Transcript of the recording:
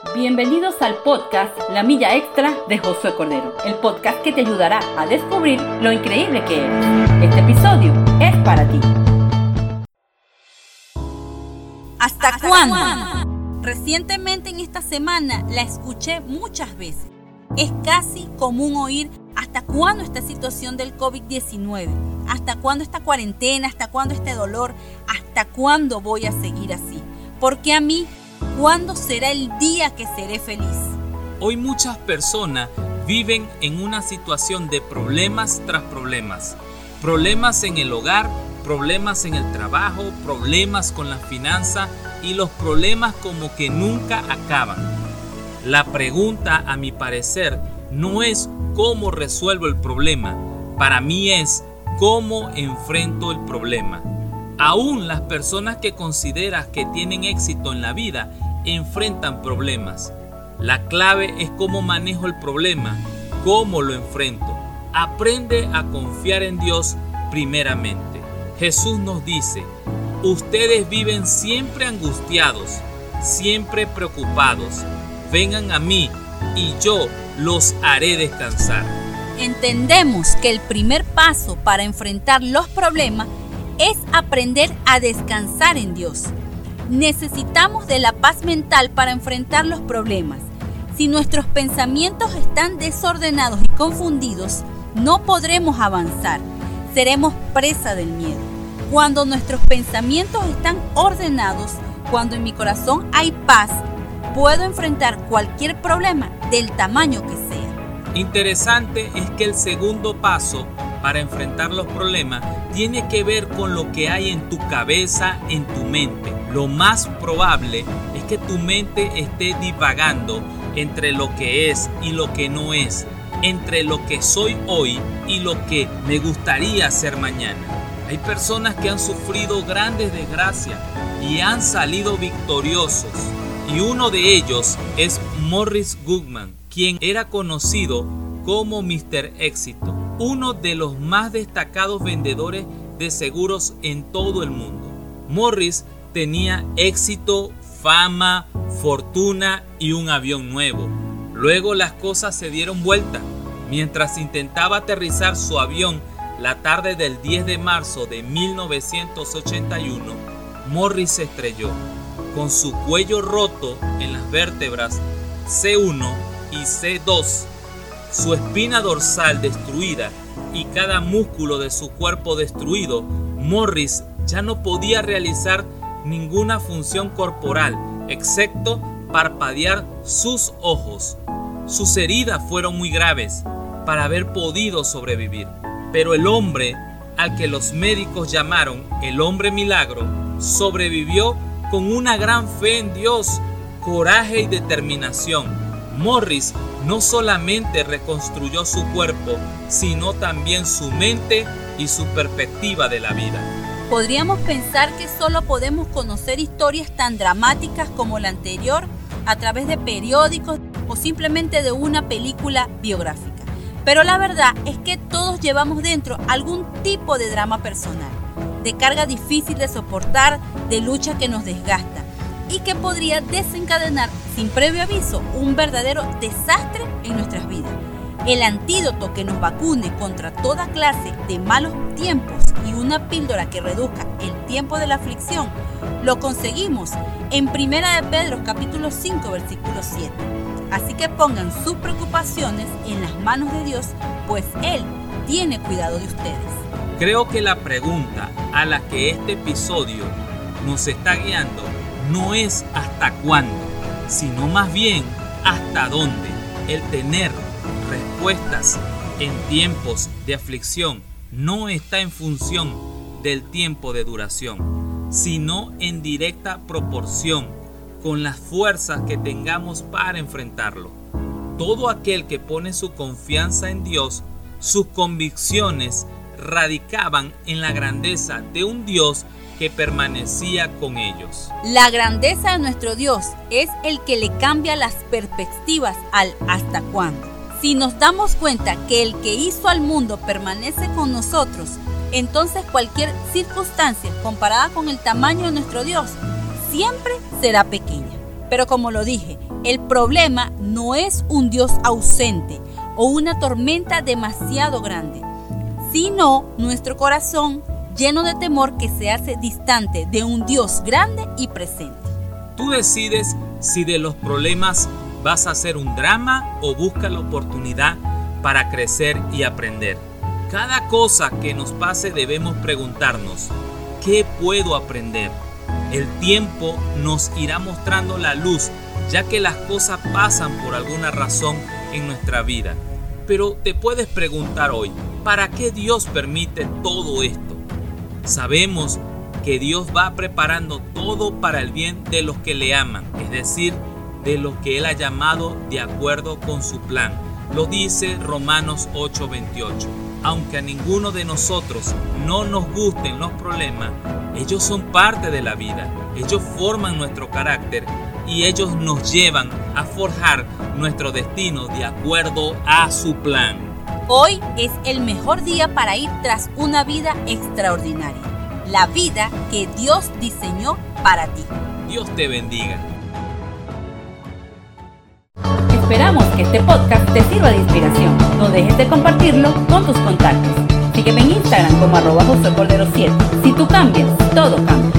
Bienvenidos al podcast La Milla Extra de Josué Cordero, el podcast que te ayudará a descubrir lo increíble que eres. Este episodio es para ti. ¿Hasta cuándo? Recientemente en esta semana la escuché muchas veces. Es casi común oír ¿hasta cuándo esta situación del COVID-19? ¿Hasta cuándo esta cuarentena? ¿Hasta cuándo este dolor? ¿Hasta cuándo voy a seguir así? Porque a mí, ¿cuándo será el día que seré feliz? Hoy muchas personas viven en una situación de problemas tras problemas. Problemas en el hogar, problemas en el trabajo, problemas con las finanzas y los problemas como que nunca acaban. La pregunta, a mi parecer, no es cómo resuelvo el problema. Para mí es cómo enfrento el problema. Aún las personas que consideras que tienen éxito en la vida enfrentan problemas. La clave es cómo manejo el problema, cómo lo enfrento. Aprende a confiar en Dios primeramente. Jesús nos dice: ustedes viven siempre angustiados, siempre preocupados. Vengan a mí y yo los haré descansar. Entendemos que el primer paso para enfrentar los problemas es aprender a descansar en Dios. Necesitamos de la paz mental para enfrentar los problemas. Si nuestros pensamientos están desordenados y confundidos, no podremos avanzar. Seremos presa del miedo. Cuando nuestros pensamientos están ordenados, cuando en mi corazón hay paz, puedo enfrentar cualquier problema del tamaño que sea. Interesante es que el segundo paso para enfrentar los problemas tiene que ver con lo que hay en tu cabeza, en tu mente. Lo más probable es que tu mente esté divagando entre lo que es y lo que no es, entre lo que soy hoy y lo que me gustaría ser mañana. Hay personas que han sufrido grandes desgracias y han salido victoriosos. Y uno de ellos es Morris Goodman, quien era conocido como Mr. Éxito, uno de los más destacados vendedores de seguros en todo el mundo. Morris tenía éxito, fama, fortuna y un avión nuevo. Luego las cosas se dieron vuelta. Mientras intentaba aterrizar su avión la tarde del 10 de marzo de 1981, Morris se estrelló. Con su cuello roto en las vértebras C1 y C2, su espina dorsal destruida y cada músculo de su cuerpo destruido, Morris ya no podía realizar ninguna función corporal, excepto parpadear sus ojos. Sus heridas fueron muy graves para haber podido sobrevivir, pero el hombre al que los médicos llamaron el hombre milagro sobrevivió con una gran fe en Dios, coraje y determinación. Morris no solamente reconstruyó su cuerpo, sino también su mente y su perspectiva de la vida. Podríamos pensar que solo podemos conocer historias tan dramáticas como la anterior a través de periódicos o simplemente de una película biográfica. Pero la verdad es que todos llevamos dentro algún tipo de drama personal, de carga difícil de soportar, de lucha que nos desgasta y que podría desencadenar sin previo aviso un verdadero desastre en nuestras vidas. El antídoto que nos vacune contra toda clase de malos tiempos y una píldora que reduzca el tiempo de la aflicción lo conseguimos en 1 de Pedro capítulo 5 versículo 7. Así que pongan sus preocupaciones en las manos de Dios, pues Él tiene cuidado de ustedes. Creo que la pregunta a la que este episodio nos está guiando no es hasta cuándo, sino más bien hasta dónde. El tener respuestas en tiempos de aflicción no está en función del tiempo de duración, sino en directa proporción con las fuerzas que tengamos para enfrentarlo. Todo aquel que pone su confianza en Dios, sus convicciones radicaban en la grandeza de un Dios que permanecía con ellos. La grandeza de nuestro Dios es el que le cambia las perspectivas al hasta cuándo. Si nos damos cuenta que el que hizo al mundo permanece con nosotros, entonces cualquier circunstancia comparada con el tamaño de nuestro Dios siempre será pequeña. Pero como lo dije, el problema no es un Dios ausente o una tormenta demasiado grande, sino nuestro corazón lleno de temor que se hace distante de un Dios grande y presente. Tú decides si de los problemas vas a hacer un drama o buscas la oportunidad para crecer y aprender. Cada cosa que nos pase debemos preguntarnos, ¿qué puedo aprender? El tiempo nos irá mostrando la luz, ya que las cosas pasan por alguna razón en nuestra vida. Pero te puedes preguntar hoy, ¿para qué Dios permite todo esto? Sabemos que Dios va preparando todo para el bien de los que le aman, es decir, de los que Él ha llamado de acuerdo con su plan. Lo dice Romanos 8:28. Aunque a ninguno de nosotros no nos gusten los problemas, ellos son parte de la vida, ellos forman nuestro carácter y ellos nos llevan a forjar nuestro destino de acuerdo a su plan. Hoy es el mejor día para ir tras una vida extraordinaria, la vida que Dios diseñó para ti. Dios te bendiga. Esperamos que este podcast te sirva de inspiración. No dejes de compartirlo con tus contactos. Sígueme en Instagram como @JosueCordero7. Si tú cambias, todo cambia.